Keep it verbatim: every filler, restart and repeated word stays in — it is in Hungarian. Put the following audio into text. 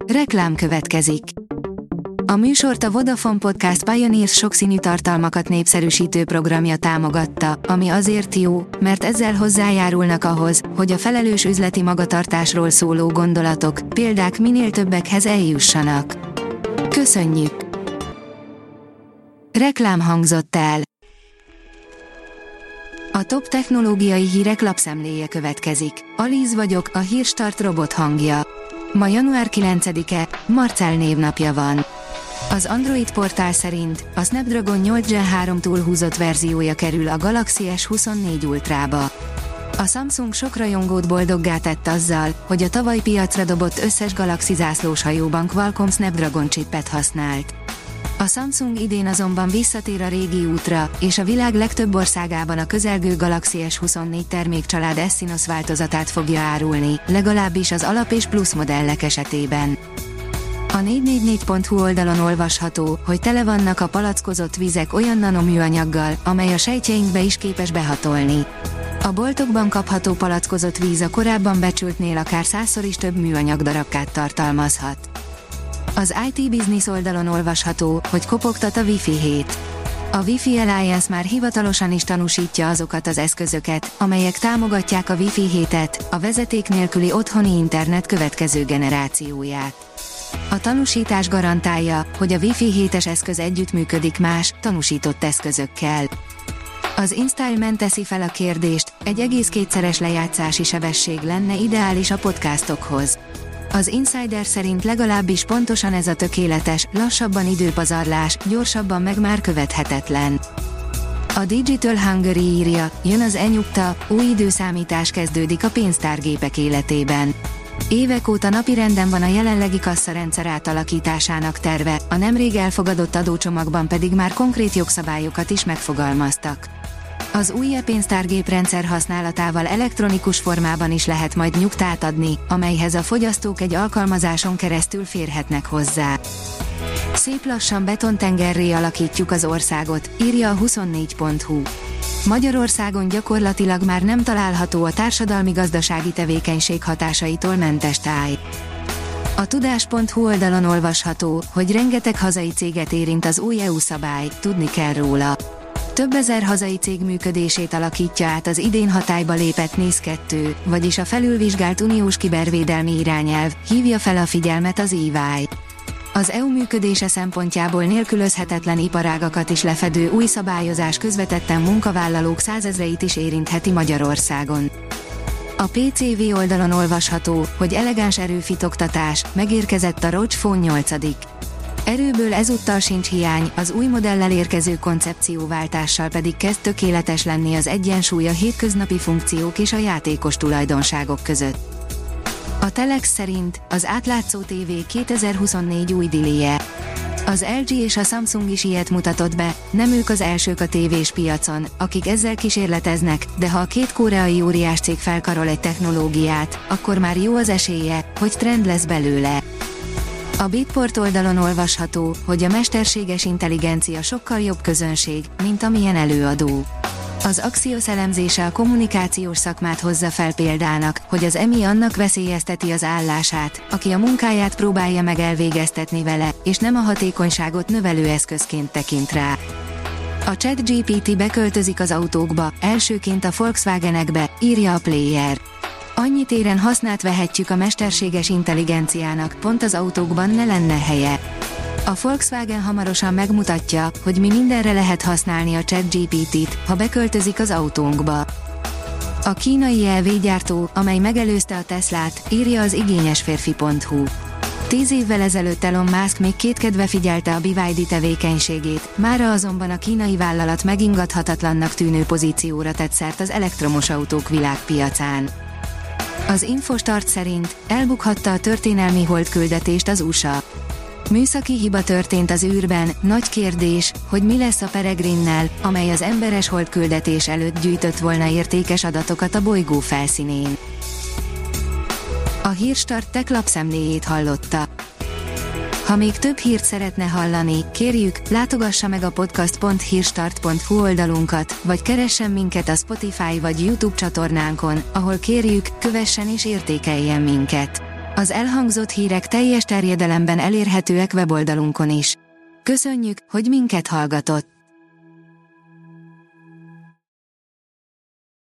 Reklám következik. A műsort a Vodafone Podcast Pioneers sokszínű tartalmakat népszerűsítő programja támogatta, ami azért jó, mert ezzel hozzájárulnak ahhoz, hogy a felelős üzleti magatartásról szóló gondolatok, példák minél többekhez eljussanak. Köszönjük! Reklám hangzott el. A top technológiai hírek lapszemléje következik. Alíz vagyok, a Hírstart robot hangja. Ma január kilencedike, Marcell névnapja van. Az Android portál szerint a Snapdragon nyolc Gen három túlhúzott verziója kerül a Galaxy S huszonnégy Ultrába. A Samsung sok rajongót boldoggá tett azzal, hogy a tavaly piacra dobott összes Galaxy zászlós hajóban Qualcomm Snapdragon chipet használt. A Samsung idén azonban visszatér a régi útra, és a világ legtöbb országában a közelgő Galaxy S huszonnégy termékcsalád Exynos változatát fogja árulni, legalábbis az alap és plusz modellek esetében. A négy négy négy pont hu oldalon olvasható, hogy tele vannak a palackozott vizek olyan nanoműanyaggal, amely a sejtjeinkbe is képes behatolni. A boltokban kapható palackozott víz a korábban becsültnél akár százszor is több műanyag darabkát tartalmazhat. Az i té Business oldalon olvasható, hogy kopogtat a Wi-Fi hét. A Wi-Fi Alliance már hivatalosan is tanúsítja azokat az eszközöket, amelyek támogatják a Wi-Fi hétet, a vezeték nélküli otthoni internet következő generációját. A tanúsítás garantálja, hogy a Wi-Fi hétes eszköz együttműködik más, tanúsított eszközökkel. Az InStyle teszi fel a kérdést, egy egész kétszeres lejátszási sebesség lenne ideális a podcastokhoz. Az Insider szerint legalábbis pontosan ez a tökéletes, lassabban időpazarlás, gyorsabban meg már követhetetlen. A Digital Hungary írja, jön az e-nyugta, új időszámítás kezdődik a pénztárgépek életében. Évek óta napirenden van a jelenlegi kasszarendszer átalakításának terve, a nemrég elfogadott adócsomagban pedig már konkrét jogszabályokat is megfogalmaztak. Az új e-pénztárgéprendszer használatával elektronikus formában is lehet majd nyugtát adni, amelyhez a fogyasztók egy alkalmazáson keresztül férhetnek hozzá. Szép lassan betontengerré alakítjuk az országot, írja a huszonnégy pont hu. Magyarországon gyakorlatilag már nem található a társadalmi-gazdasági tevékenység hatásaitól mentes táj. A tudás pont hu oldalon olvasható, hogy rengeteg hazai céget érint az új é u szabály, tudni kell róla. Több ezer hazai cég működését alakítja át az idén hatályba lépett NIS kettő, vagyis a felülvizsgált uniós kibervédelmi irányelv, hívja fel a figyelmet az é vé i. Az é u működése szempontjából nélkülözhetetlen iparágakat is lefedő új szabályozás közvetetten munkavállalók százezreit is érintheti Magyarországon. A pé cé vé oldalon olvasható, hogy elegáns erőfitoktatás, megérkezett a ROG Phone nyolc. Erőből ezúttal sincs hiány, az új modellel érkező koncepcióváltással pedig kezd tökéletes lenni az egyensúly a hétköznapi funkciók és a játékos tulajdonságok között. A Telex szerint az átlátszó tévé kétezer-huszonnégy új dillije. Az el gé és a Samsung is ilyet mutatott be, nem ők az elsők a tévés piacon, akik ezzel kísérleteznek, de ha a két koreai óriás cég felkarol egy technológiát, akkor már jó az esélye, hogy trend lesz belőle. A Bitport oldalon olvasható, hogy a mesterséges intelligencia sokkal jobb közönség, mint amilyen előadó. Az Axios elemzése a kommunikációs szakmát hozza fel példának, hogy az em i annak veszélyezteti az állását, aki a munkáját próbálja meg elvégeztetni vele, és nem a hatékonyságot növelő eszközként tekint rá. A ChatGPT beköltözik az autókba, elsőként a Volkswagenekbe, írja a Player. Annyi téren hasznát vehetjük a mesterséges intelligenciának, pont az autókban ne lenne helye. A Volkswagen hamarosan megmutatja, hogy mi mindenre lehet használni a ChatGPT-t, ha beköltözik az autónkba. A kínai é vé gyártó, amely megelőzte a Teslát, írja az igényesférfi pont hu. Tíz évvel ezelőtt Elon Musk még kétkedve figyelte a bé vé dé tevékenységét, mára azonban a kínai vállalat megingathatatlannak tűnő pozícióra tett szert az elektromos autók világpiacán. Az Infostart szerint elbukhatta a történelmi holdküldetést az u es á. Műszaki hiba történt az űrben, nagy kérdés, hogy mi lesz a Peregrinnel, amely az emberes holdküldetés előtt gyűjtött volna értékes adatokat a bolygó felszínén. A Hírstart Tech lapszemléjét hallotta. Ha még több hírt szeretne hallani, kérjük, látogassa meg a podcast pont hírstart pont hu oldalunkat, vagy keressen minket a Spotify vagy YouTube csatornánkon, ahol kérjük, kövessen és értékeljen minket. Az elhangzott hírek teljes terjedelemben elérhetőek weboldalunkon is. Köszönjük, hogy minket hallgatott!